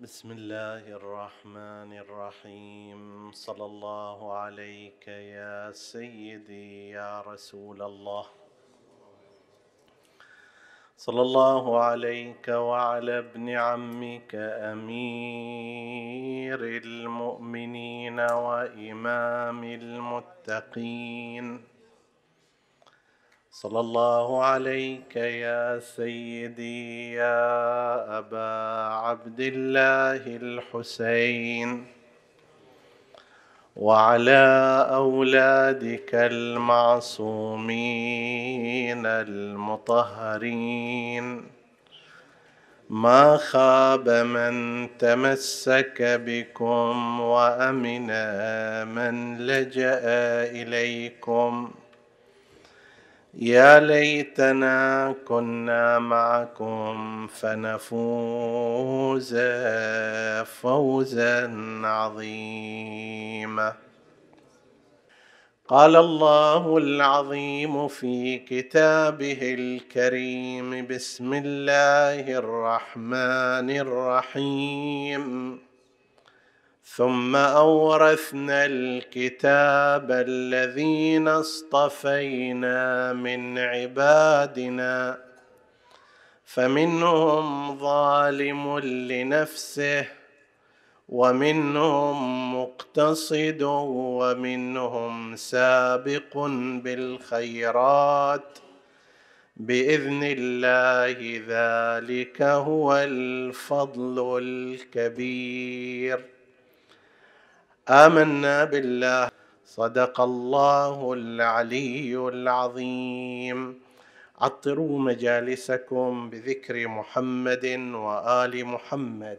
بسم الله الرحمن الرحيم. صلى الله عليك يا سيدي يا رسول الله. صلى الله عليك وعلى ابن عمك أمير المؤمنين وإمام المتقين. صلى الله عليك يا سيدي يا أبا عبد الله الحسين، وعلى أولادك المعصومين المطهرين. ما خاب من تمسك بكم وأمن من لجأ إليكم. يا ليتنا كنا معكم فنفوز فوزا عظيما. قال الله العظيم في كتابه الكريم: بسم الله الرحمن الرحيم. ثم أورثنا الكتاب الذين اصطفينا من عبادنا فمنهم ظالم لنفسه ومنهم مقتصد ومنهم سابق بالخيرات بإذن الله، ذلك هو الفضل الكبير. آمنا بالله. صدق الله العلي العظيم. عطروا مجالسكم بذكر محمد وآل محمد.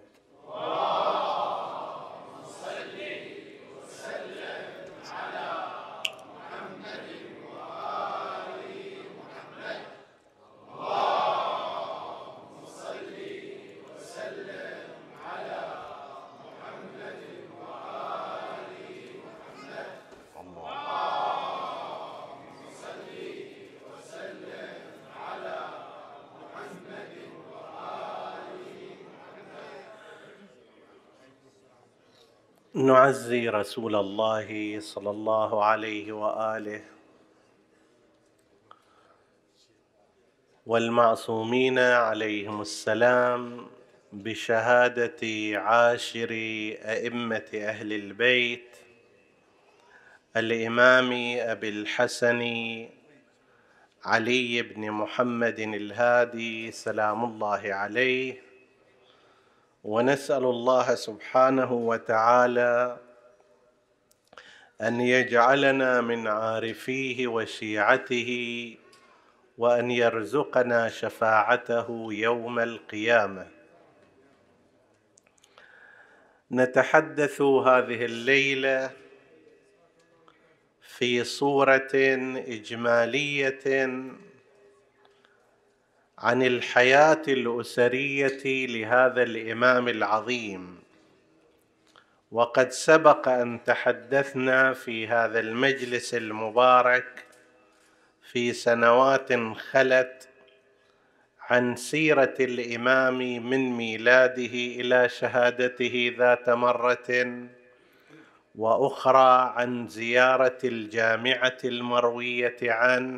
نعزي رسول الله صلى الله عليه وآله والمعصومين عليهم السلام بشهادة عاشر أئمة أهل البيت الإمام أبي الحسن علي بن محمد الهادي سلام الله عليه. ونسأل الله سبحانه وتعالى أن يجعلنا من عارفيه وشيعته، وأن يرزقنا شفاعته يوم القيامة. نتحدث هذه الليلة في صورة إجمالية عن الحياة الأسرية لهذا الإمام العظيم. وقد سبق أن تحدثنا في هذا المجلس المبارك في سنوات خلت عن سيرة الإمام من ميلاده إلى شهادته ذات مرة، وأخرى عن زيارة الجامعة المروية عنه،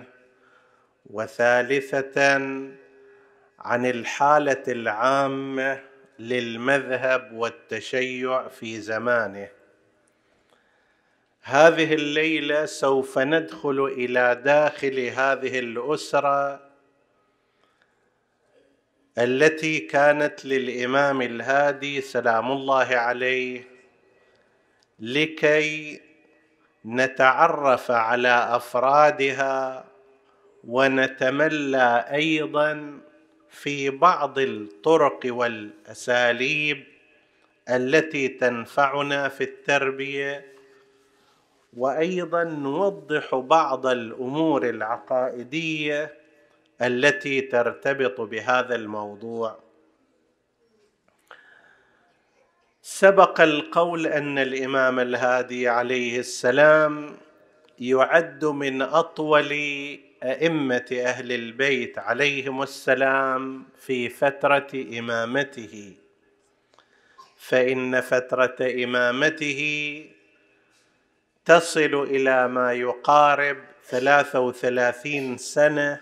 وثالثة عن الحالة العامة للمذهب والتشيع في زمانه. هذه الليلة سوف ندخل إلى داخل هذه الأسرة التي كانت للإمام الهادي سلام الله عليه، لكي نتعرف على أفرادها ونتملى أيضاً في بعض الطرق والأساليب التي تنفعنا في التربية، وأيضاً نوضح بعض الأمور العقائدية التي ترتبط بهذا الموضوع. سبق القول أن الإمام الهادي عليه السلام يعد من أطول أئمة أهل البيت عليهم السلام في فترة إمامته، فإن فترة إمامته تصل إلى ما يقارب 33 سنة،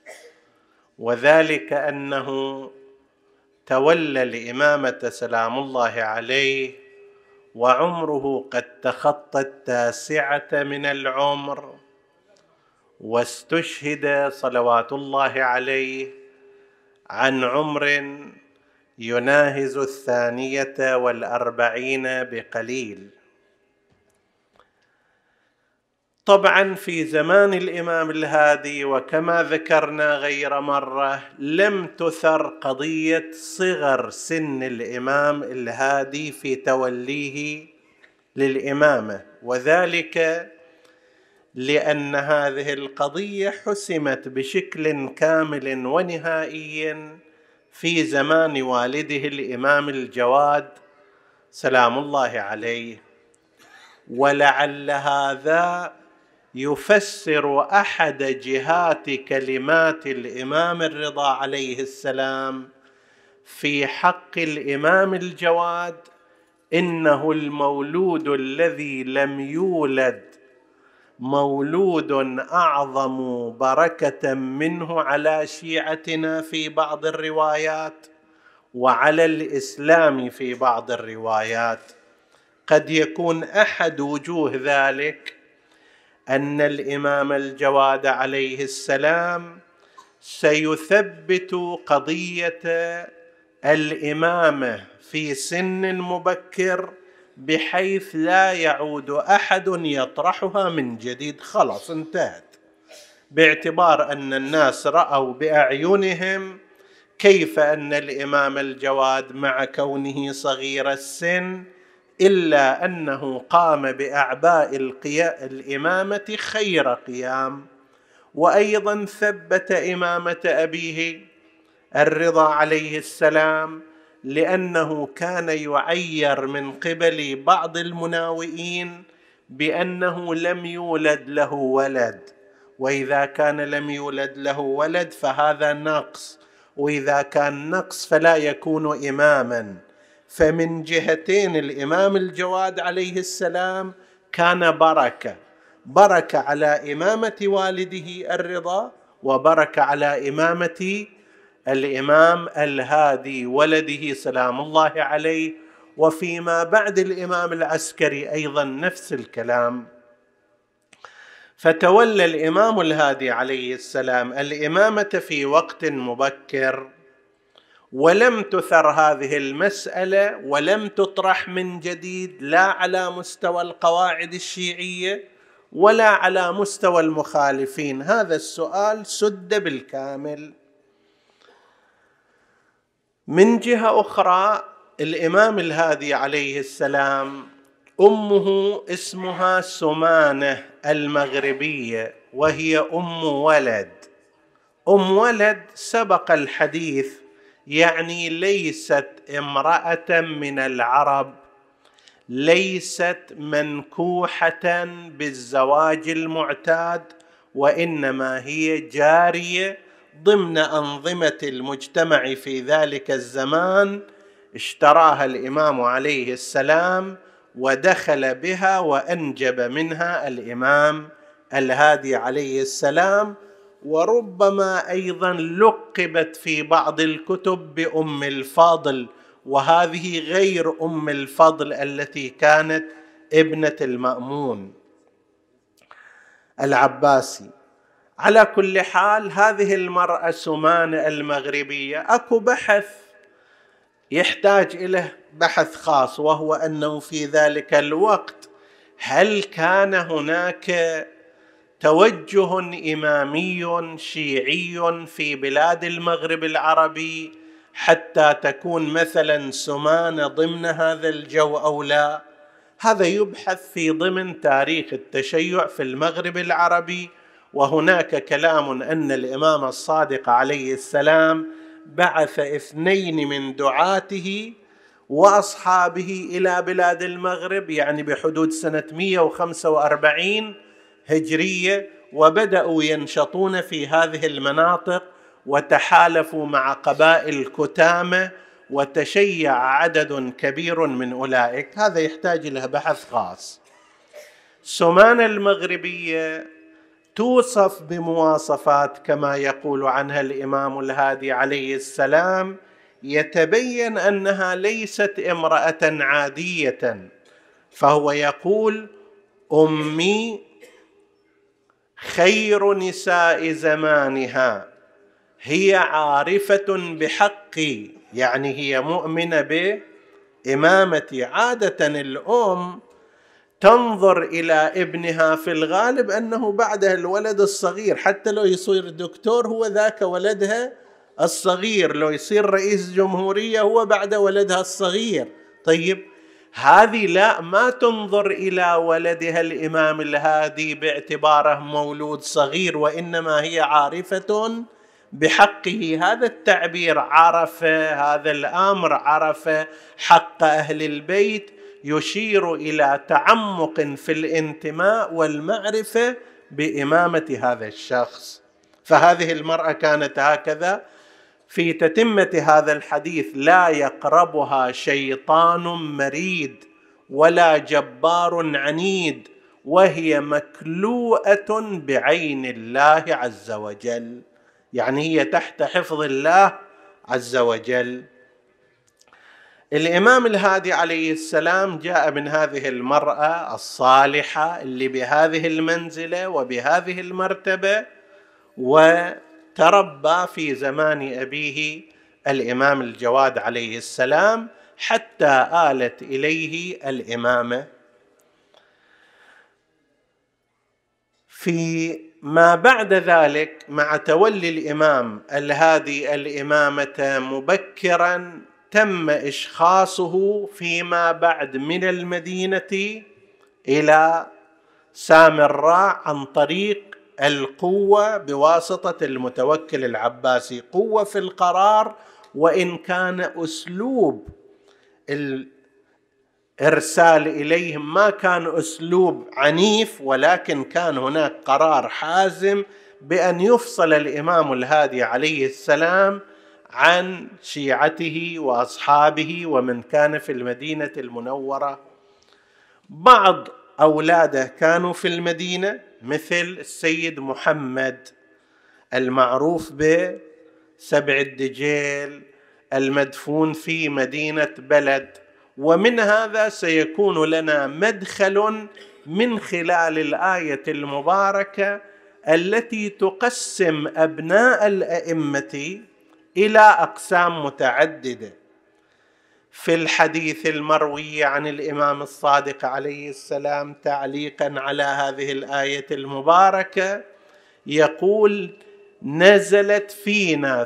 وذلك أنه تولى الإمامة سلام الله عليه وعمره قد تخطى 9 من العمر، واستشهد صلوات الله عليه عن عمر يناهز 42 بقليل. طبعا في زمان الإمام الهادي وكما ذكرنا غير مرة لم تثر قضية صغر سن الإمام الهادي في توليه للإمامة، وذلك لأن هذه القضية حسمت بشكل كامل ونهائي في زمان والده الإمام الجواد سلام الله عليه. ولعل هذا يفسر أحد جهات كلمات الإمام الرضا عليه السلام في حق الإمام الجواد: إنه المولود الذي لم يولد مولود أعظم بركة منه على شيعتنا في بعض الروايات، وعلى الإسلام في بعض الروايات. قد يكون أحد وجوه ذلك أن الإمام الجواد عليه السلام سيثبت قضية الإمامة في سن مبكر، بحيث لا يعود أحد يطرحها من جديد، خلاص انتهت، باعتبار أن الناس رأوا بأعينهم كيف أن الإمام الجواد مع كونه صغير السن إلا أنه قام بأعباء الإمامة خير قيام. وأيضا ثبت إمامة أبيه الرضا عليه السلام، لأنه كان يعير من قبل بعض المناوئين بأنه لم يولد له ولد، وإذا كان لم يولد له ولد فهذا نقص، وإذا كان نقص فلا يكون إماما. فمن جهتين الإمام الجواد عليه السلام كان بركة على إمامة والده الرضا، وبركة على إمامة الإمام الهادي ولده سلام الله عليه، وفيما بعد الإمام العسكري أيضا نفس الكلام. فتولى الإمام الهادي عليه السلام الإمامة في وقت مبكر، ولم تثر هذه المسألة ولم تطرح من جديد، لا على مستوى القواعد الشيعية ولا على مستوى المخالفين. هذا السؤال سد بالكامل. من جهة أخرى الإمام الهادي عليه السلام أمه اسمها سمانة المغربية، وهي أم ولد سبق الحديث، يعني ليست امرأة من العرب، ليست منكوحة بالزواج المعتاد، وإنما هي جارية ضمن أنظمة المجتمع في ذلك الزمان. اشتراها الإمام عليه السلام ودخل بها وأنجب منها الإمام الهادي عليه السلام، وربما أيضا لقبت في بعض الكتب بأم الفضل، وهذه غير أم الفضل التي كانت ابنة المأمون العباسي. على كل حال هذه المرأة سمانة المغربية أكو بحث يحتاج إلى بحث خاص، وهو أنه في ذلك الوقت هل كان هناك توجه إمامي شيعي في بلاد المغرب العربي حتى تكون مثلا سمانة ضمن هذا الجو أو لا؟ هذا يبحث في ضمن تاريخ التشيع في المغرب العربي. وهناك كلام أن الإمام الصادق عليه السلام بعث 2 من دعاته وأصحابه إلى بلاد المغرب، يعني بحدود سنة 145 هجرية، وبدأوا ينشطون في هذه المناطق وتحالفوا مع قبائل كتامة وتشيع عدد كبير من أولئك، هذا يحتاج إلى بحث خاص. سمانة المغربية توصف بمواصفات كما يقول عنها الإمام الهادي عليه السلام، يتبين أنها ليست امرأة عادية، فهو يقول: أمي خير نساء زمانها، هي عارفة بحقي، يعني هي مؤمنة بإمامتي. عادة الأم تنظر إلى ابنها في الغالب أنه بعدها الولد الصغير، حتى لو يصير دكتور هو ذاك ولدها الصغير، لو يصير رئيس جمهورية هو بعد ولدها الصغير. طيب هذه لا، ما تنظر إلى ولدها الإمام الهادي باعتباره مولود صغير، وإنما هي عارفة بحقه. هذا التعبير عرف، هذا الأمر عرف حق أهل البيت، يشير إلى تعمق في الانتماء والمعرفة بإمامة هذا الشخص. فهذه المرأة كانت هكذا. في تتمة هذا الحديث: لا يقربها شيطان مريد ولا جبار عنيد، وهي مكلوءة بعين الله عز وجل، يعني هي تحت حفظ الله عز وجل. الإمام الهادي عليه السلام جاء من هذه المرأة الصالحة اللي بهذه المنزلة وبهذه المرتبة، وتربى في زمان أبيه الإمام الجواد عليه السلام حتى آلت إليه الإمامة. في ما بعد ذلك، مع تولي الإمام الهادي الإمامة مبكرا، تم إشخاصه فيما بعد من المدينة إلى سامراء عن طريق القوة بواسطة المتوكل العباسي، قوة في القرار، وإن كان أسلوب الإرسال إليهم ما كان أسلوب عنيف، ولكن كان هناك قرار حازم بأن يفصل الإمام الهادي عليه السلام عن شيعته وأصحابه ومن كان في المدينة المنورة. بعض أولاده كانوا في المدينة، مثل السيد محمد المعروف بسبع الدجيل المدفون في مدينة بلد، ومن هذا سيكون لنا مدخل من خلال الآية المباركة التي تقسم أبناء الأئمة إلى أقسام متعددة. في الحديث المروي عن الإمام الصادق عليه السلام تعليقا على هذه الآية المباركة يقول: نزلت فينا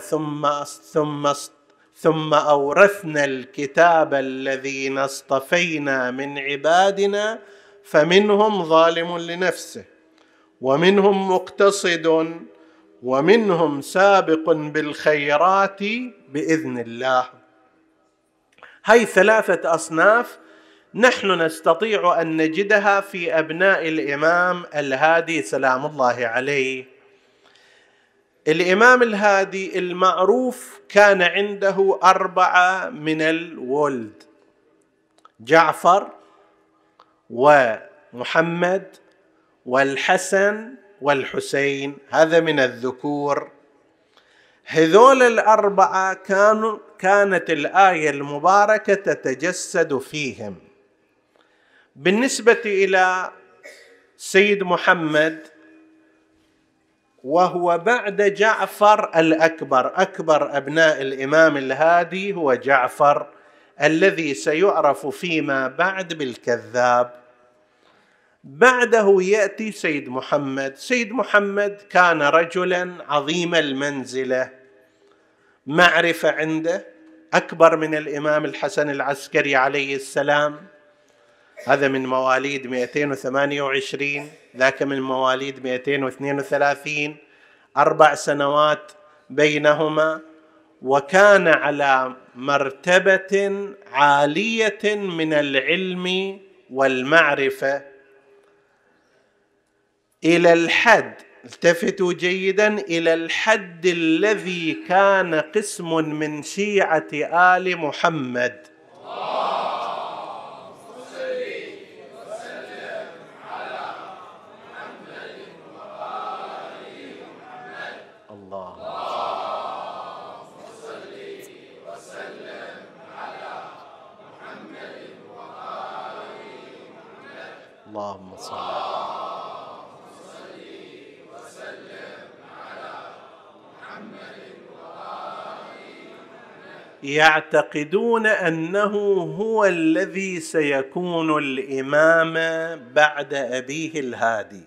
ثم أورثنا الكتاب الذين اصطفينا من عبادنا فمنهم ظالم لنفسه ومنهم مقتصد ومنهم سابق بالخيرات بإذن الله. هاي ثلاثة أصناف نحن نستطيع أن نجدها في أبناء الإمام الهادي سلام الله عليه. الإمام الهادي المعروف كان عنده 4 من الولد: جعفر ومحمد والحسن والحسين، هذا من الذكور. هذول 4 كانت الآية المباركة تتجسد فيهم. بالنسبة إلى سيد محمد، وهو بعد جعفر الأكبر، أكبر أبناء الإمام الهادي هو جعفر الذي سيعرف فيما بعد بالكذاب. بعده يأتي سيد محمد. سيد محمد كان رجلا عظيم المنزلة، معرفة عنده، أكبر من الإمام الحسن العسكري عليه السلام، هذا من مواليد 228، ذاك من مواليد 232، 4 سنوات بينهما. وكان على مرتبة عالية من العلم والمعرفة، إلى الحد التفتوا جيدا إلى الحد الذي كان قسم من شيعة آل محمد اللهم صل وسلم على محمد يعتقدون أنه هو الذي سيكون الإمام بعد أبيه الهادي،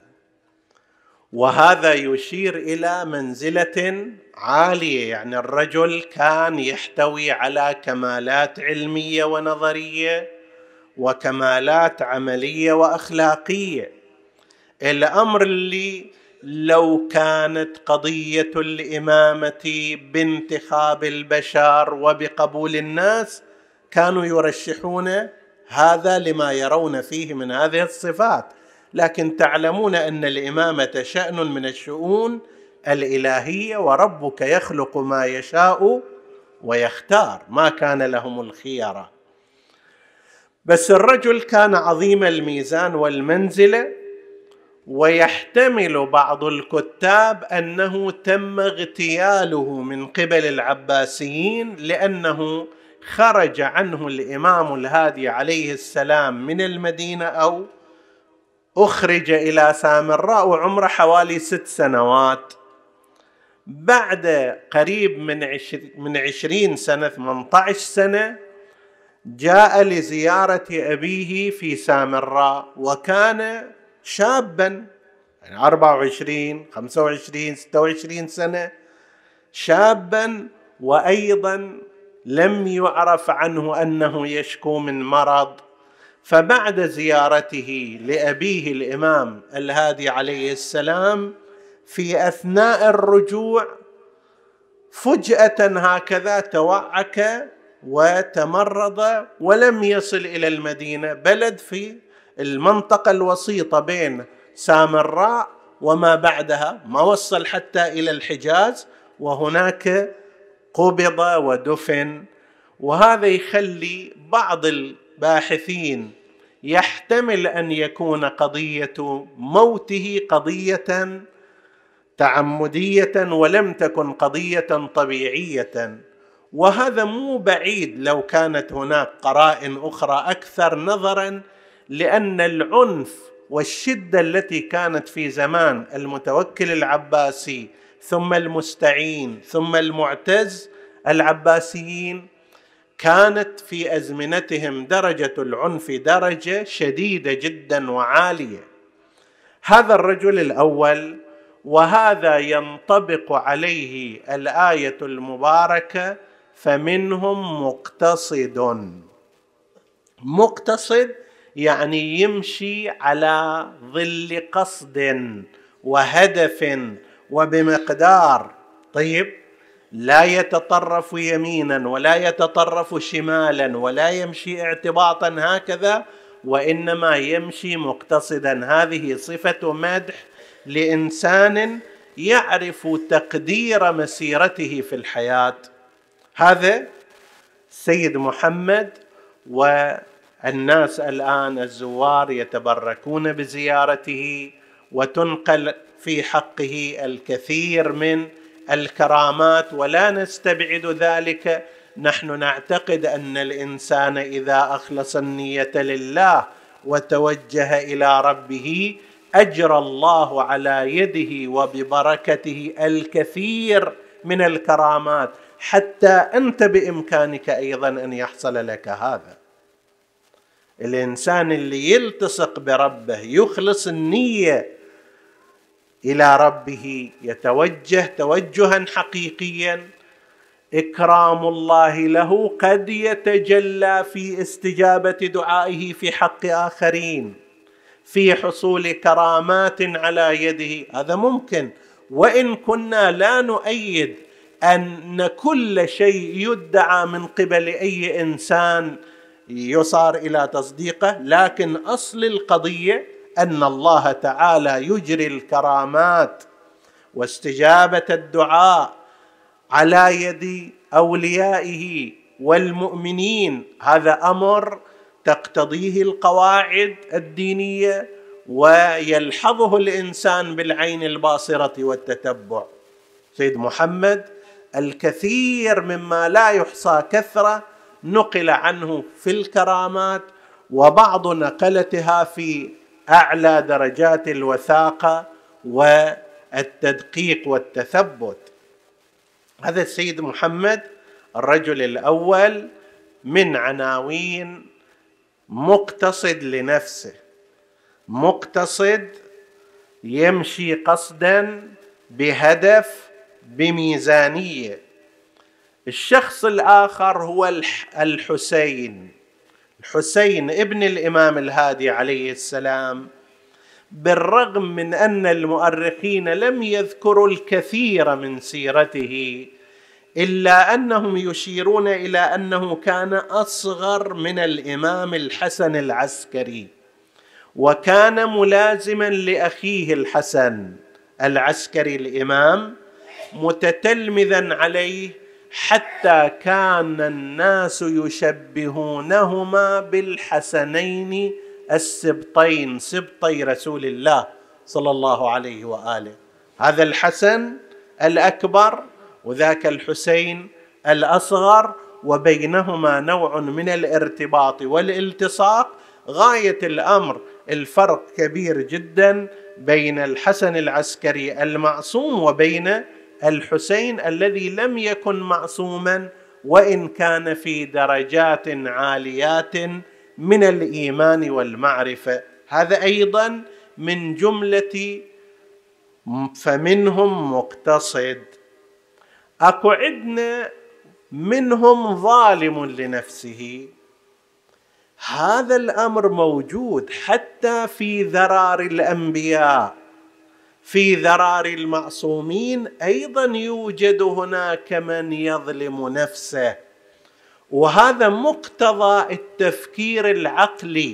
وهذا يشير إلى منزلة عالية. يعني الرجل كان يحتوي على كمالات علمية ونظرية وكمالات عملية وأخلاقية. الأمر اللي لو كانت قضية الإمامة بانتخاب البشر وبقبول الناس كانوا يرشحون هذا لما يرون فيه من هذه الصفات، لكن تعلمون أن الإمامة شأن من الشؤون الإلهية، وربك يخلق ما يشاء ويختار، ما كان لهم الخيار. بس الرجل كان عظيم الميزان والمنزلة، ويحتمل بعض الكتاب أنه تم اغتياله من قبل العباسيين لأنه خرج عنه الإمام الهادي عليه السلام من المدينة، أو أخرج إلى سامراء وعمره حوالي 6 سنوات. بعد قريب من 20 سنة 18 سنة جاء لزيارة أبيه في سامراء، وكان شابا، يعني 24 25 26 سنة، شابا، وأيضا لم يعرف عنه أنه يشكو من مرض. فبعد زيارته لأبيه الإمام الهادي عليه السلام في أثناء الرجوع فجأة هكذا توعك وتمرض ولم يصل إلى المدينة، بلد في المنطقة الوسيطة بين سامراء وما بعدها، ما وصل حتى إلى الحجاز، وهناك قبض ودفن. وهذا يخلي بعض الباحثين يحتمل أن يكون قضية موته قضية تعمدية ولم تكن قضية طبيعية، وهذا مو بعيد لو كانت هناك قرائن أخرى أكثر، نظرا لأن العنف والشدة التي كانت في زمان المتوكل العباسي ثم المستعين ثم المعتز العباسيين كانت في أزمنتهم درجة العنف درجة شديدة جدا وعالية. هذا الرجل الأول، وهذا ينطبق عليه الآية المباركة: فمنهم مقتصد يعني يمشي على ظل قصد وهدف وبمقدار. طيب، لا يتطرف يمينا ولا يتطرف شمالا ولا يمشي اعتباطا هكذا، وإنما يمشي مقتصدا. هذه صفة مدح لإنسان يعرف تقدير مسيرته في الحياة. هذا سيد محمد، والناس الآن الزوار يتبركون بزيارته، وتنقل في حقه الكثير من الكرامات، ولا نستبعد ذلك. نحن نعتقد أن الإنسان إذا أخلص النية لله وتوجه إلى ربه أجرى الله على يده وببركته الكثير من الكرامات، حتى أنت بإمكانك أيضا أن يحصل لك هذا. الإنسان اللي يلتصق بربه يخلص النية إلى ربه يتوجه توجها حقيقيا، إكرام الله له قد يتجلى في استجابة دعائه في حق آخرين، في حصول كرامات على يده، هذا ممكن. وإن كنا لا نؤيد أن كل شيء يدعى من قبل أي إنسان يصار إلى تصديقه، لكن أصل القضية أن الله تعالى يجري الكرامات واستجابة الدعاء على يد أوليائه والمؤمنين، هذا أمر تقتضيه القواعد الدينية ويلحظه الإنسان بالعين الباصرة والتتبع. سيد محمد الكثير مما لا يحصى كثرة نقل عنه في الكرامات، وبعض نقلتها في أعلى درجات الوثاقة والتدقيق والتثبت. هذا السيد محمد الرجل الأول من عناوين مقتصد لنفسه، مقتصد يمشي قصدا بهدف بميزانية. الشخص الآخر هو الحسين ابن الإمام الهادي عليه السلام. بالرغم من أن المؤرخين لم يذكروا الكثير من سيرته، إلا أنهم يشيرون إلى أنه كان أصغر من الإمام الحسن العسكري، وكان ملازما لأخيه الحسن العسكري الإمام، متتلمذا عليه، حتى كان الناس يشبهونهما بالحسنين السبطين، سبطي رسول الله صلى الله عليه وآله، هذا الحسن الأكبر وذاك الحسين الأصغر، وبينهما نوع من الارتباط والالتصاق. غاية الأمر الفرق كبير جدا بين الحسن العسكري المعصوم وبين الحسين الذي لم يكن معصوما، وإن كان في درجات عاليات من الإيمان والمعرفة. هذا أيضا من جملة فمنهم مقتصد. أكو عندنا منهم ظالم لنفسه، هذا الأمر موجود حتى في ذرار الأنبياء، في ذرار المعصومين أيضا يوجد هناك من يظلم نفسه، وهذا مقتضى التفكير العقلي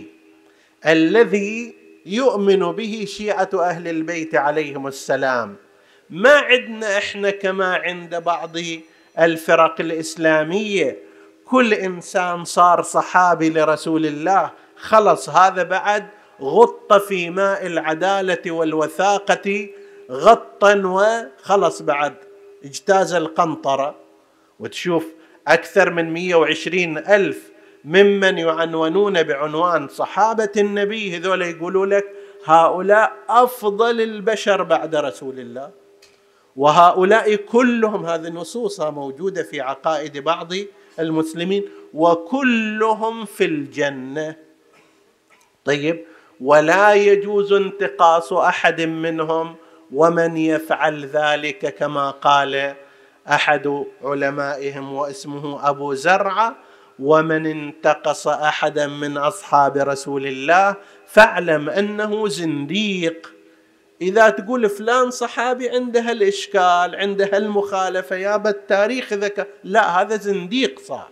الذي يؤمن به شيعة أهل البيت عليهم السلام. ما عندنا إحنا كما عند بعض الفرق الإسلامية كل إنسان صار صحابي لرسول الله، خلص هذا بعد غط في ماء العدالة والوثاقة غطا وخلص بعد اجتاز القنطرة. وتشوف أكثر من 120,000 ممن يعنونون بعنوان صحابة النبي، هذول يقولوا لك هؤلاء أفضل البشر بعد رسول الله، وهؤلاء كلهم، هذه النصوص موجودة في عقائد بعض المسلمين، وكلهم في الجنة. طيب، ولا يجوز انتقاص أحد منهم، ومن يفعل ذلك كما قال أحد علمائهم واسمه أبو زرعة: ومن انتقص أحدا من أصحاب رسول الله فاعلم أنه زنديق. إذا تقول فلان صحابي عنده الإشكال، عنده المخالفة، يا بالتاريخ ذكر، لا، هذا زنديق صار.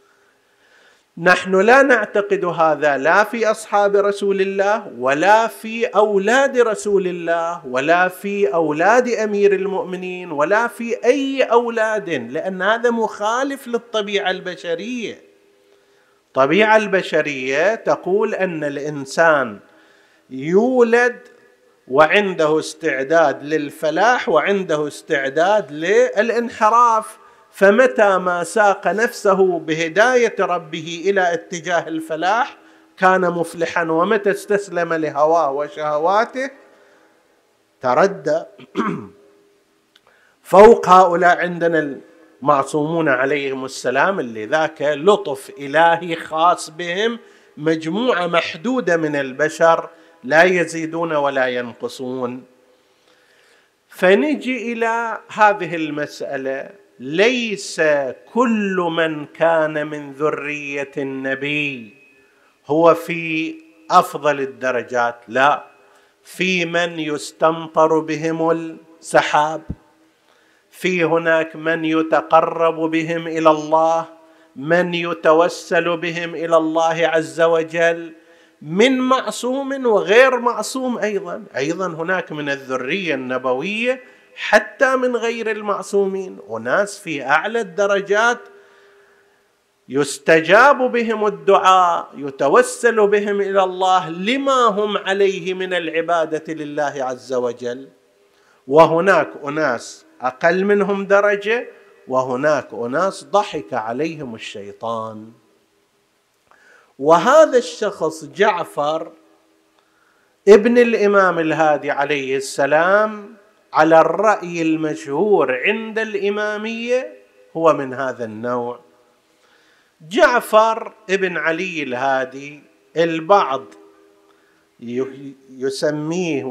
نحن لا نعتقد هذا لا في أصحاب رسول الله ولا في أولاد رسول الله ولا في أولاد أمير المؤمنين ولا في أي أولاد، لأن هذا مخالف للطبيعة البشرية. الطبيعة البشرية تقول أن الإنسان يولد وعنده استعداد للفلاح وعنده استعداد للانحراف، فمتى ما ساق نفسه بهداية ربه إلى اتجاه الفلاح كان مفلحا، ومتى استسلم لهواه وشهواته تردى. فوق هؤلاء عندنا المعصومون عليهم السلام، اللي ذاك لطف إلهي خاص بهم، مجموعة محدودة من البشر لا يزيدون ولا ينقصون. فنجي إلى هذه المسألة: ليس كل من كان من ذرية النبي هو في أفضل الدرجات، لا، في من يستمطر بهم السحاب، في هناك من يتقرب بهم إلى الله، من يتوسل بهم إلى الله عز وجل، من معصوم وغير معصوم. أيضا هناك من الذرية النبوية حتى من غير المعصومين، وناس في أعلى الدرجات يستجاب بهم الدعاء، يتوسل بهم إلى الله لما هم عليه من العبادة لله عز وجل. وهناك أناس أقل منهم درجة، وهناك أناس ضحك عليهم الشيطان. وهذا الشخص جعفر ابن الإمام الهادي عليه السلام على الرأي المشهور عند الإمامية هو من هذا النوع. جعفر ابن علي الهادي البعض يسميه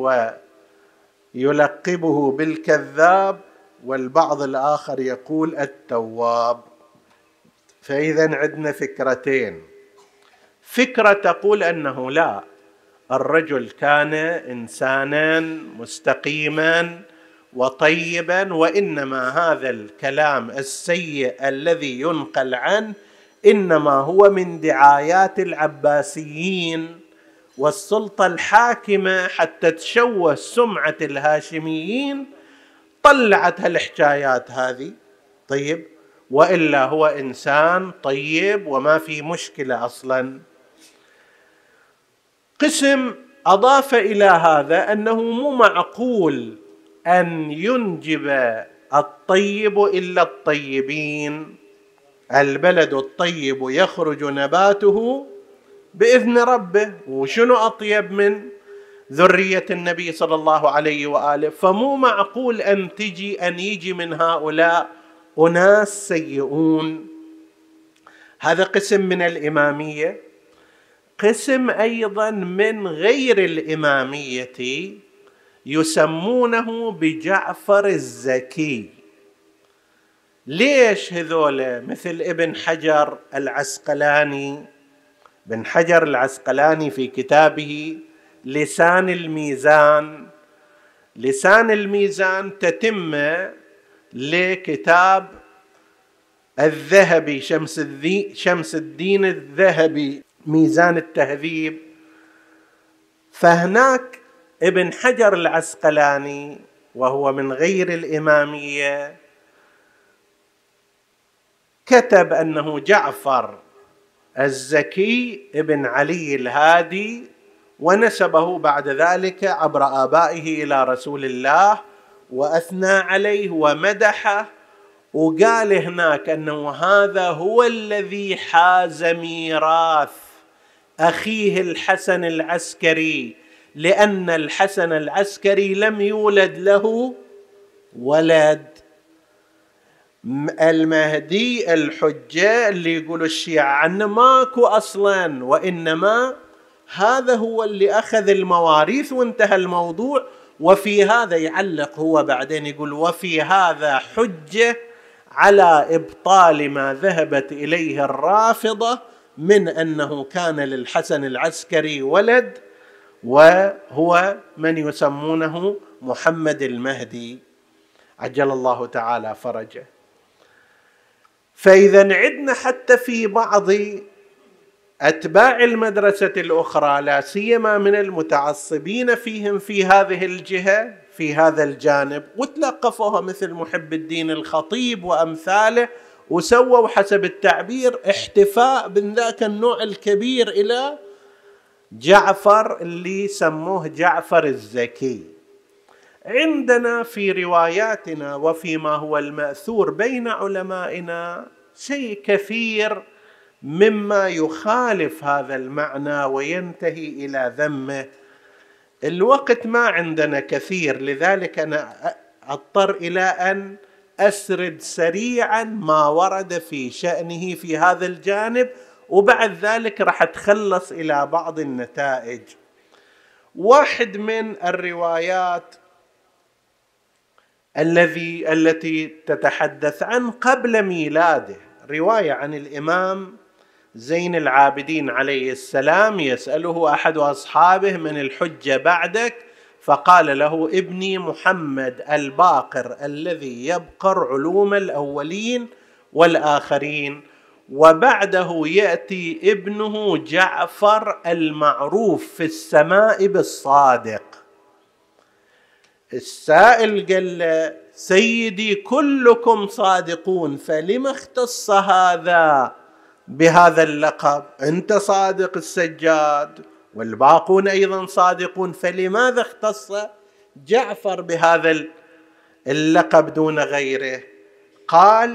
ويلقبه بالكذاب، والبعض الآخر يقول التواب. فإذا عندنا فكرتين: فكرة تقول أنه لا، الرجل كان إنسانا مستقيما وطيبا، وإنما هذا الكلام السيء الذي ينقل عنه إنما هو من دعايات العباسيين والسلطة الحاكمة حتى تشوه سمعة الهاشميين، طلعت هالحكايات هذه. طيب، وإلا هو إنسان طيب وما في مشكلة أصلا. قسم أضاف إلى هذا أنه مو معقول أن ينجب الطيب إلا الطيبين، البلد الطيب يخرج نباته بإذن ربه، وشنو أطيب من ذرية النبي صلى الله عليه وآله؟ فمو معقول أن يجي من هؤلاء أناس سيئون. هذا قسم من الإمامية. قسم أيضا من غير الإمامية يسمونه بجعفر الزكي. ليش هذول؟ مثل ابن حجر العسقلاني. ابن حجر العسقلاني في كتابه لسان الميزان، لسان الميزان تتمة لكتاب الذهبي شمس الدين الذهبي ميزان التهذيب. فهناك ابن حجر العسقلاني وهو من غير الإمامية كتب أنه جعفر الزكي ابن علي الهادي، ونسبه بعد ذلك عبر آبائه إلى رسول الله، وأثنى عليه ومدحه، وقال هناك أنه هذا هو الذي حاز ميراث أخيه الحسن العسكري، لأن الحسن العسكري لم يولد له ولد. المهدي الحجة اللي يقولوا الشيعة عنه ماكو أصلا، وإنما هذا هو اللي أخذ المواريث وانتهى الموضوع. وفي هذا يعلق هو بعدين يقول: وفي هذا حجة على إبطال ما ذهبت إليه الرافضة من أنه كان للحسن العسكري ولد، وهو من يسمونه محمد المهدي عجل الله تعالى فرجه. فإذا عندنا حتى في بعض أتباع المدرسة الأخرى، لا سيما من المتعصبين فيهم في هذه الجهة في هذا الجانب، وتلقفوها مثل محب الدين الخطيب وأمثاله، وسووا حسب التعبير احتفاء من ذاك النوع الكبير إلى جعفر اللي سموه جعفر الزكي. عندنا في رواياتنا وفيما هو المأثور بين علمائنا شيء كثير مما يخالف هذا المعنى وينتهي إلى ذمه. الوقت ما عندنا كثير، لذلك أنا أضطر إلى أن أسرد سريعا ما ورد في شأنه في هذا الجانب، وبعد ذلك راح أتخلص إلى بعض النتائج. واحد من الروايات التي تتحدث عن قبل ميلاده، رواية عن الإمام زين العابدين عليه السلام، يسأله أحد أصحابه: من الحجة بعدك؟ فقال له: ابني محمد الباقر الذي يبقر علوم الأولين والآخرين، وبعده يأتي ابنه جعفر المعروف في السماء بالصادق. السائل قال له: سيدي كلكم صادقون، فلما اختص هذا بهذا اللقب؟ أنت صادق السجاد والباقون أيضا صادقون، فلماذا اختص جعفر بهذا اللقب دون غيره؟ قال: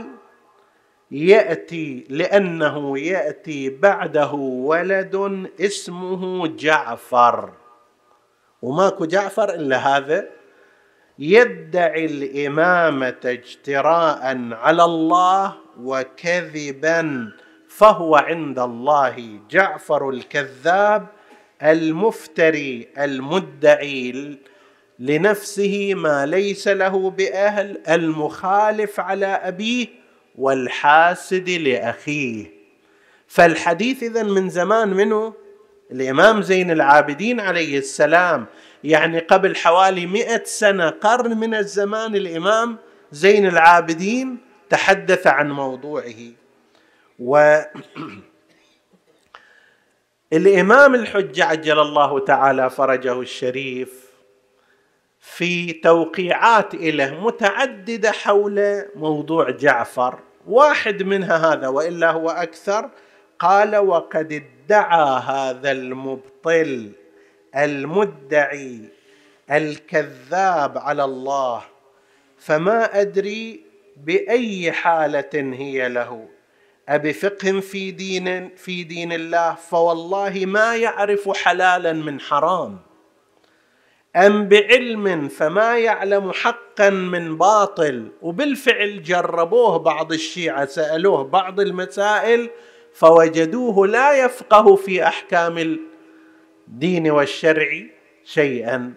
لأنه يأتي بعده ولد اسمه جعفر، وماكو جعفر إلا هذا، يدعي الإمامة اجتراء على الله وكذبا، فهو عند الله جعفر الكذاب المفتري المدعي لنفسه ما ليس له بأهل، المخالف على أبيه والحاسد لأخيه. فالحديث إذن من زمان منه الإمام زين العابدين عليه السلام، يعني قبل حوالي 100 سنة، قرن من الزمان، الإمام زين العابدين تحدث عن موضوعه. والإمام الحجة عجل الله تعالى فرجه الشريف في توقيعات له متعددة حول موضوع جعفر، واحد منها هذا وإلا هو أكثر. قال: وقد ادعى هذا المبطل المدعي الكذاب على الله، فما أدري بأي حالة هي له، أبفقه في دين الله، فوالله ما يعرف حلالا من حرام، أم بعلم فما يعلم حقا من باطل. وبالفعل جربوه بعض الشيعة، سألوه بعض المسائل فوجدوه لا يفقه في أحكام الدين والشرع شيئا.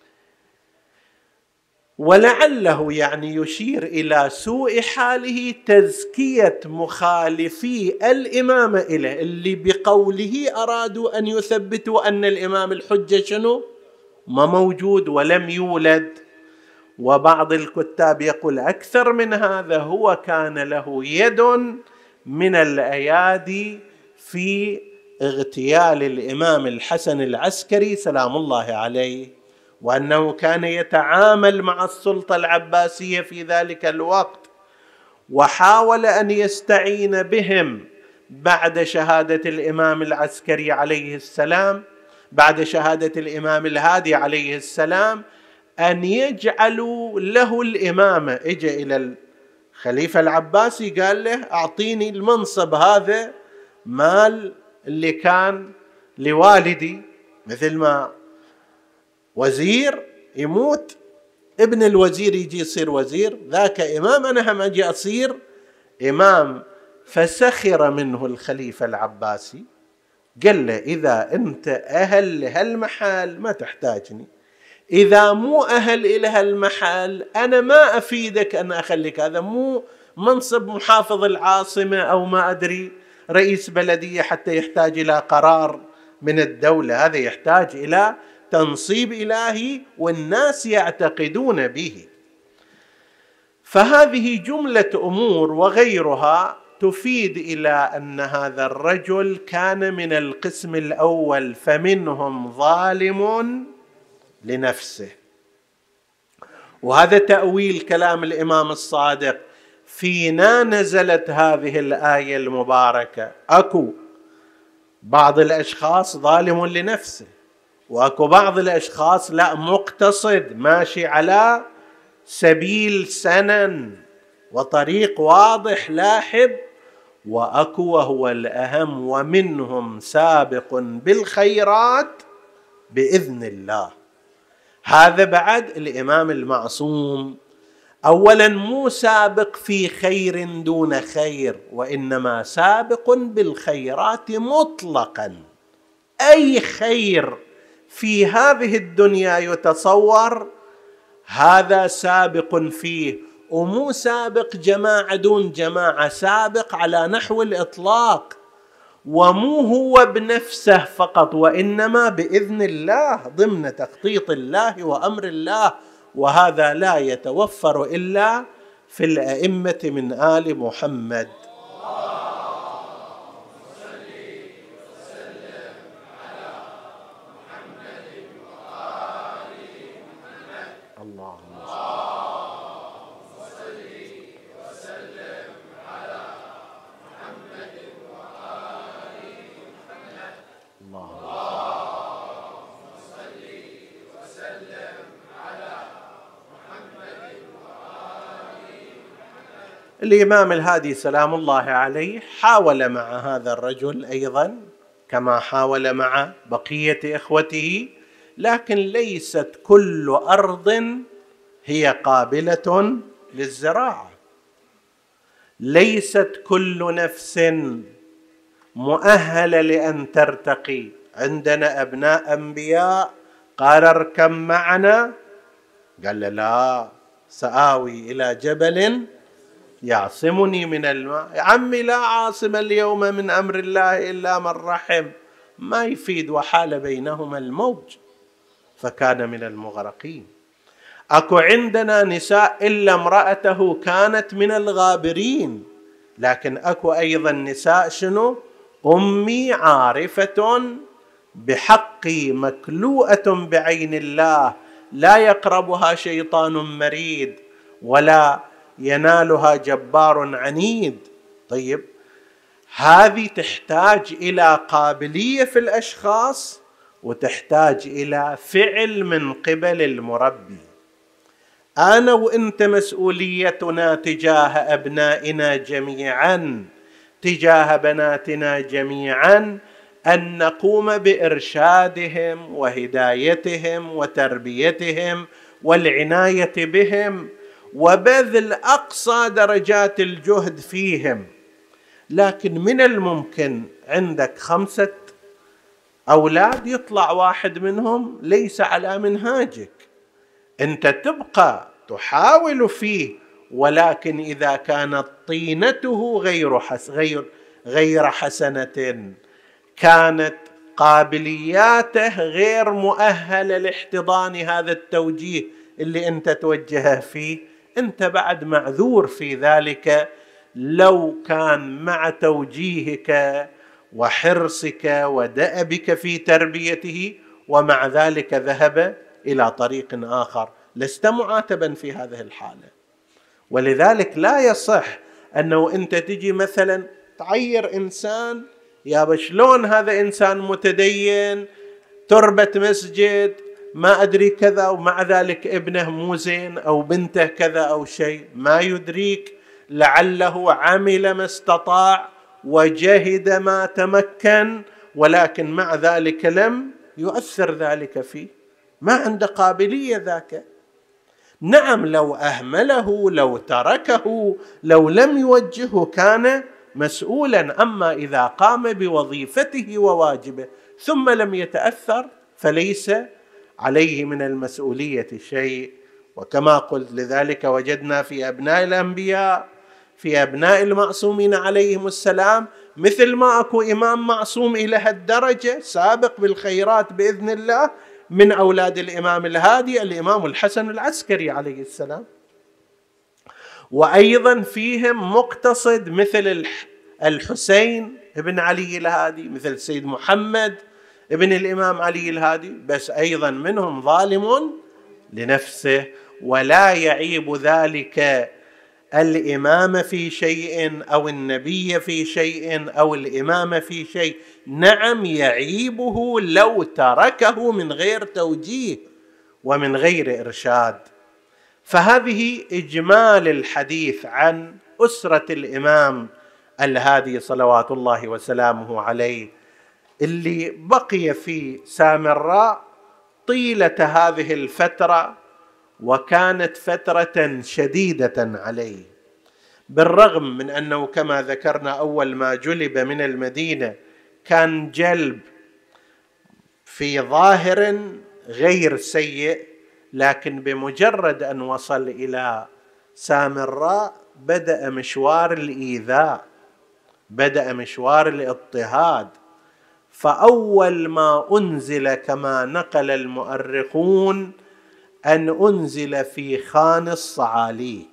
ولعله يعني يشير إلى سوء حاله تزكية مخالفي الإمامة إليه، اللي بقوله أرادوا أن يثبتوا أن الإمام الحجة شنو؟ ما موجود ولم يولد. وبعض الكتاب يقول أكثر من هذا، هو كان له يد من الأيادي في اغتيال الإمام الحسن العسكري سلام الله عليه، وأنه كان يتعامل مع السلطة العباسية في ذلك الوقت، وحاول أن يستعين بهم بعد شهادة الإمام العسكري عليه السلام، بعد شهادة الإمام الهادي عليه السلام، أن يجعلوا له الإمامة. إجا إلى الخليفة العباسي قال له: أعطيني المنصب هذا، مال اللي كان لوالدي، مثل ما وزير يموت ابن الوزير يجي يصير وزير، ذاك إمام، أنا هم أجي أصير إمام. فسخر منه الخليفة العباسي، قال له: إذا أنت أهل لهالمحل ما تحتاجني، إذا مو أهل إلى هالمحل أنا ما أفيدك أن أخليك، هذا مو منصب محافظ العاصمة أو ما أدري رئيس بلدية حتى يحتاج إلى قرار من الدولة، هذا يحتاج إلى تنصيب إلهي والناس يعتقدون به. فهذه جملة أمور وغيرها تفيد إلى أن هذا الرجل كان من القسم الأول، فمنهم ظالم لنفسه. وهذا تأويل كلام الإمام الصادق: فينا نزلت هذه الآية المباركة. أكو بعض الأشخاص ظالم لنفسه، وأكو بعض الأشخاص لا، مقتصد ماشي على سبيل سنن وطريق واضح لاحب، وأكو وهو الأهم، ومنهم سابق بالخيرات بإذن الله. هذا بعد الإمام المعصوم أولا مو سابق في خير دون خير، وإنما سابق بالخيرات مطلقا. أي خير في هذه الدنيا يتصور هذا سابق فيه، ومو سابق جماعة دون جماعة، سابق على نحو الإطلاق، ومو هو بنفسه فقط، وإنما بإذن الله ضمن تخطيط الله وأمر الله. وهذا لا يتوفر إلا في الأئمة من آل محمد. الله الإمام الهادي سلام الله عليه حاول مع هذا الرجل أيضا كما حاول مع بقية إخوته، لكن ليست كل أرض هي قابلة للزراعة، ليست كل نفس مؤهلة لأن ترتقي. عندنا أبناء أنبياء قال اركب معنا، قال له لا، سآوي إلى جبل يعصمني من الماء. يا عمي لا عاصم اليوم من أمر الله إلا من رحم، ما يفيد، وحال بينهما الموج فكان من المغرقين. أكو عندنا نساء إلا امرأته كانت من الغابرين، لكن أكو أيضا نساء شنو؟ أمي عارفة بحقي مكلوءة بعين الله، لا يقربها شيطان مريد ولا ينالها جبار عنيد. طيب هذه تحتاج إلى قابلية في الأشخاص، وتحتاج إلى فعل من قبل المربي. أنا وإنت مسؤوليتنا تجاه أبنائنا جميعا، تجاه بناتنا جميعا، أن نقوم بإرشادهم وهدايتهم وتربيتهم والعناية بهم وبذل أقصى درجات الجهد فيهم. لكن من الممكن عندك 5 أولاد يطلع واحد منهم ليس على منهاجك، أنت تبقى تحاول فيه، ولكن إذا كانت طينته غير حسنة، كانت قابلياته غير مؤهلة لاحتضان هذا التوجيه اللي أنت توجهه فيه، أنت بعد معذور في ذلك. لو كان مع توجيهك وحرصك ودأبك في تربيته ومع ذلك ذهب إلى طريق آخر، لست معاتبا في هذه الحالة. ولذلك لا يصح أنه أنت تجي مثلا تعير إنسان، يا شلون هذا إنسان متدين تربة مسجد ما أدري كذا، ومع ذلك ابنه مو زين أو بنته كذا أو شيء، ما يدريك لعله عمل ما استطاع وجهد ما تمكن، ولكن مع ذلك لم يؤثر ذلك فيه، ما عنده قابلية ذاك. نعم لو أهمله، لو تركه، لو لم يوجهه كان مسؤولا، أما إذا قام بوظيفته وواجبه ثم لم يتأثر فليس عليه من المسؤولية شيء. وكما قلت لذلك وجدنا في أبناء الأنبياء، في أبناء المعصومين عليهم السلام، مثل ما أكو إمام معصوم إلى هالدرجة سابق بالخيرات بإذن الله من أولاد الإمام الهادي الإمام الحسن العسكري عليه السلام، وأيضا فيهم مقتصد مثل الحسين ابن علي الهادي، مثل سيد محمد ابن الإمام علي الهادي، بس أيضا منهم ظالم لنفسه. ولا يعيب ذلك الإمام في شيء أو النبي في شيء أو الإمام في شيء، نعم يعيبه لو تركه من غير توجيه ومن غير إرشاد. فهذه إجمال الحديث عن أسرة الإمام الهادي صلوات الله وسلامه عليه، اللي بقي في سامراء طيلة هذه الفترة، وكانت فترة شديدة عليه، بالرغم من أنه كما ذكرنا أول ما جلب من المدينة كان جلب في ظاهر غير سيء، لكن بمجرد أن وصل إلى سامراء بدأ مشوار الإيذاء، بدأ مشوار الاضطهاد. فأول ما أنزل كما نقل المؤرخون أن أنزل في خان الصعاليك،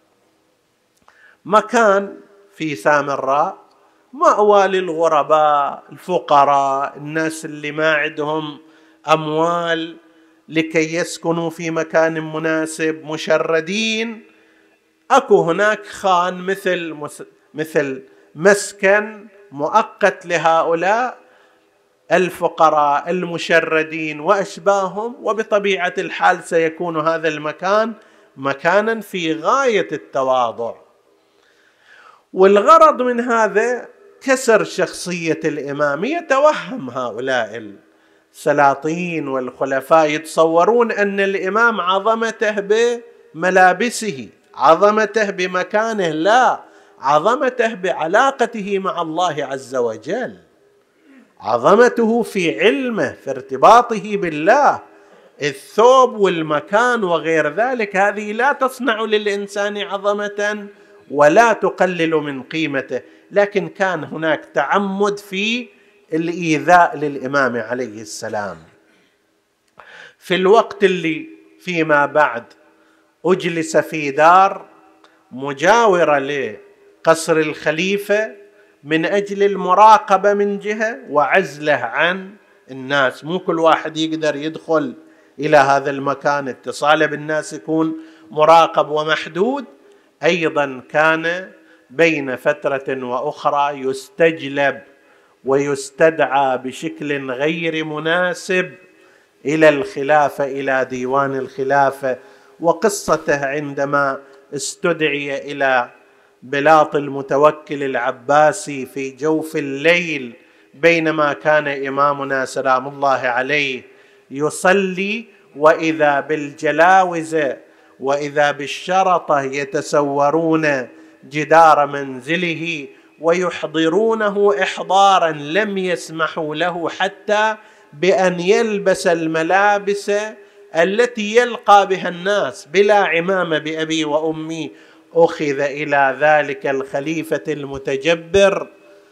مكان في سامراء مأوى للغرباء الفقراء، الناس اللي ما عندهم أموال لكي يسكنوا في مكان مناسب، مشردين. أكو هناك خان مثل مسكن مؤقت لهؤلاء الفقراء المشردين وأشباههم، وبطبيعة الحال سيكون هذا المكان مكانا في غاية التواضع. والغرض من هذا كسر شخصية الإمام. يتوهم هؤلاء السلاطين والخلفاء، يتصورون أن الإمام عظمته بملابسه، عظمته بمكانه، لا، عظمته بعلاقته مع الله عز وجل، عظمته في علمه، في ارتباطه بالله. الثوب والمكان وغير ذلك هذه لا تصنع للإنسان عظمة ولا تقلل من قيمته، لكن كان هناك تعمد في الإيذاء للإمام عليه السلام. في الوقت اللي فيما بعد أجلس في دار مجاورة لقصر الخليفة من أجل المراقبة من جهة وعزله عن الناس، مو كل واحد يقدر يدخل إلى هذا المكان، اتصاله بالناس يكون مراقب ومحدود. أيضا كان بين فترة وأخرى يستجلب ويستدعى بشكل غير مناسب إلى الخلافة، إلى ديوان الخلافة. وقصته عندما استدعي إلى بلاط المتوكل العباسي في جوف الليل بينما كان إمامنا سلام الله عليه يصلي، وإذا بالجلاوزة وإذا بالشرطة يتسورون جدار منزله ويحضرونه إحضارا لم يسمحوا له حتى بأن يلبس الملابس التي يلقى بها الناس بلا عمامة بأبي وأمي. أخذ إلى ذلك الخليفة المتجبر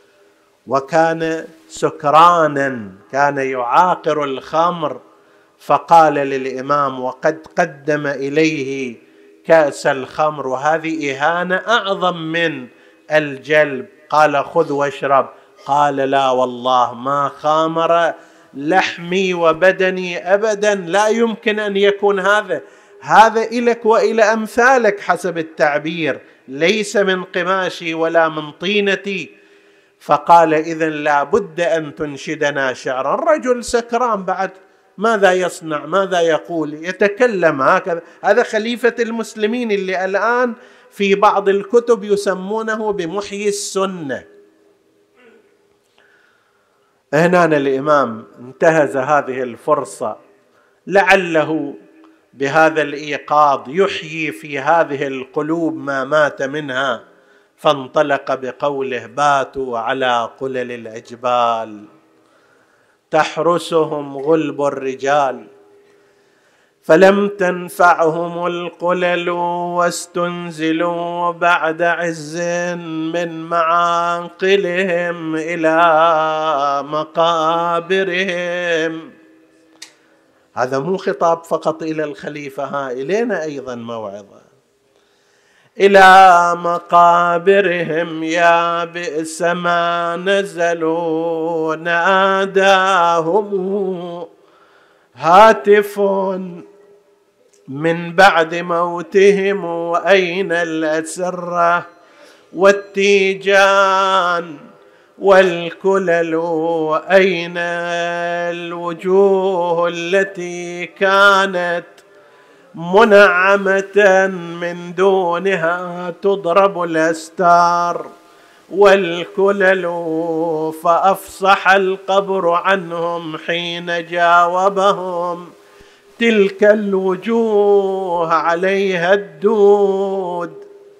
وكان سكرانا، كان يعاقر الخمر، فقال للإمام وقد قدم إليه كأس الخمر، وهذه إهانة أعظم من الجلب، قال خذ واشرب. قال لا والله ما خامر لحمي وبدني أبدا، لا يمكن أن يكون هذا إلك وإلى أمثالك حسب التعبير، ليس من قماشي ولا من طينتي. فقال إذن لا بد أن تنشدنا شعرا. الرجل سكران بعد، ماذا يصنع؟ ماذا يقول؟ يتكلم هكذا. هذا خليفة المسلمين اللي الآن في بعض الكتب يسمونه بمحيي السنة. هنا الإمام انتهز هذه الفرصة لعله بهذا الإيقاظ يحيي في هذه القلوب ما مات منها، فانطلق بقوله باتوا على قلل الأجبال تحرسهم غلب الرجال، فلم تنفعهم القلل واستنزلوا بعد عز من معاقلهم إلى مقابرهم. هذا مو خطاب فقط إلى الخليفة، إلينا أيضا موعظة. إلى مقابرهم يا بئس ما نزلوا ناداهم هاتف من بعد موتهم وأين الأسرة والتيجان والكلل، أين الوجوه التي كانت منعمة من دونها تضرب الأستار والكلل، فأفصح القبر عنهم حين جاوبهم تلك الوجوه عليها الدود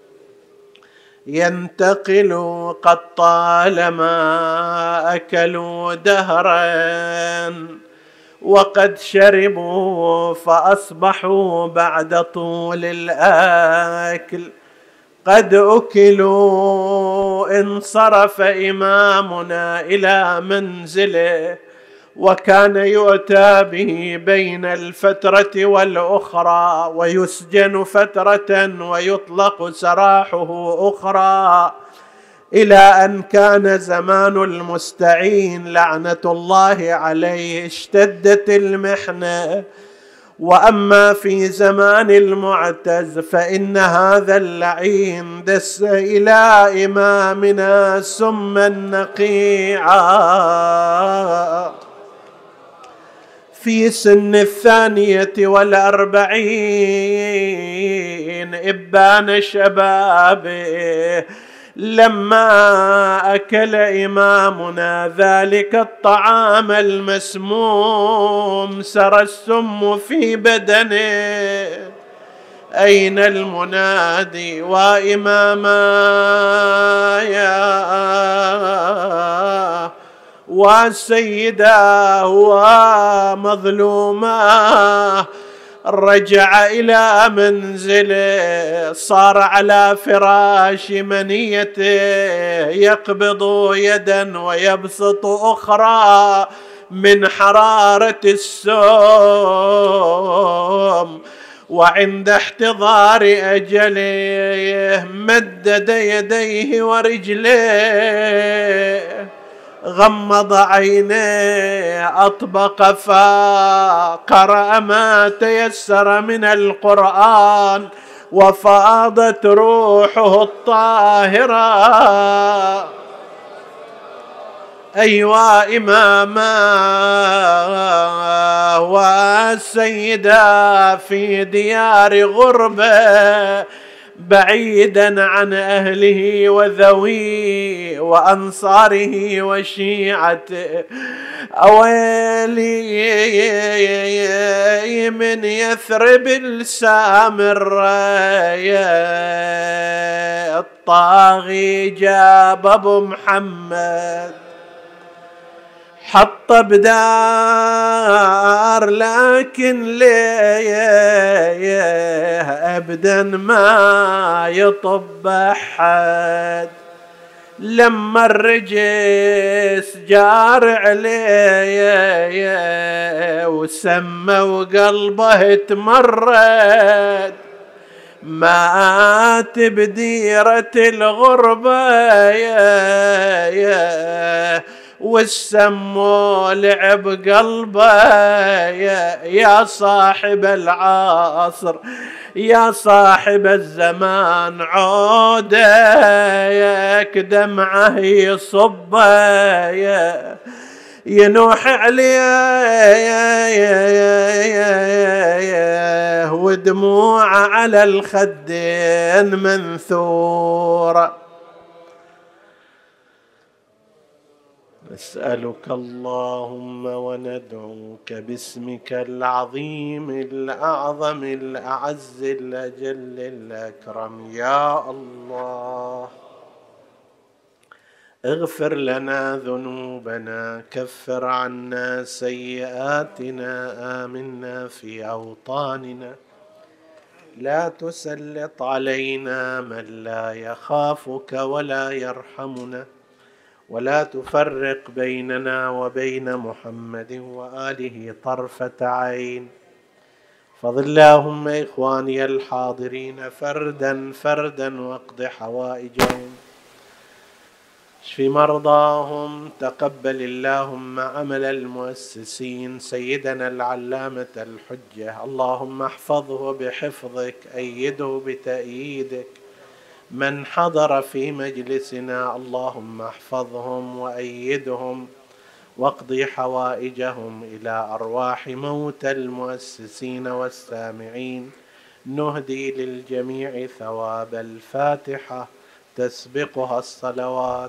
ينتقل قد طالما أكلوا دهرا وقد شربوا فأصبحوا بعد طول الأكل قد أكلوا. انصرف إمامنا إلى منزله وكان يؤتى به بين الفترة والأخرى ويسجن فترة ويطلق سراحه أخرى، إلى أن كان زمان المستعين لعنة الله عليه اشتدت المحنة. وأما في زمان المعتز فإن هذا اللعين دس إلى إمامنا سما نقيعا في سن 42 إبان شبابه، لما أكل إمامنا ذلك الطعام المسموم سرى السم في بدنه. أين المنادي وإماما وسيدا ومظلوما؟ رجع إلى منزله، صار على فراش منيته يقبض يدا ويبسط أخرى من حرارة السوم، وعند احتضار أجله مدد يديه ورجليه، غمض عينيه، أطبق فاه، قرأ ما تيسر من القرآن، وفاضت روحه الطاهرة. أيوا إماما والسيدة في ديار غربة، بعيدا عن أهله وذويه وأنصاره وشيعته. أويلي من يثرب السامرة، الطاغي جاب أبو محمد حط بدار، لكن ليه أبدا ما يطب أحد. لما الرجس جار عليه وسمى وقلبه تمرد، مات بديرة الغربة والسمو لعب قلبه. يا صاحب العصر، يا صاحب الزمان، عودك دمعه يصب ينوح عليه، ودموع على الخدين منثورة. نسألك اللهم وندعوك باسمك العظيم الأعظم الأعز الأجل الأكرم، يا الله اغفر لنا ذنوبنا، كفر عنا سيئاتنا، آمنا في أوطاننا، لا تسلط علينا من لا يخافك ولا يرحمنا، ولا تفرق بيننا وبين محمد وآله طرفة عين. فضل اللهم إخواني الحاضرين فردا فردا، واقض حوائجهم، اشف مرضاهم، تقبل اللهم عمل المؤسسين، سيدنا العلامة الحجة، اللهم احفظه بحفظك، أيده بتأييدك. من حضر في مجلسنا اللهم احفظهم وأيدهم، واقض حوائجهم. إلى أرواح موتى المؤسسين والسامعين نهدي للجميع ثواب الفاتحة تسبقها الصلوات.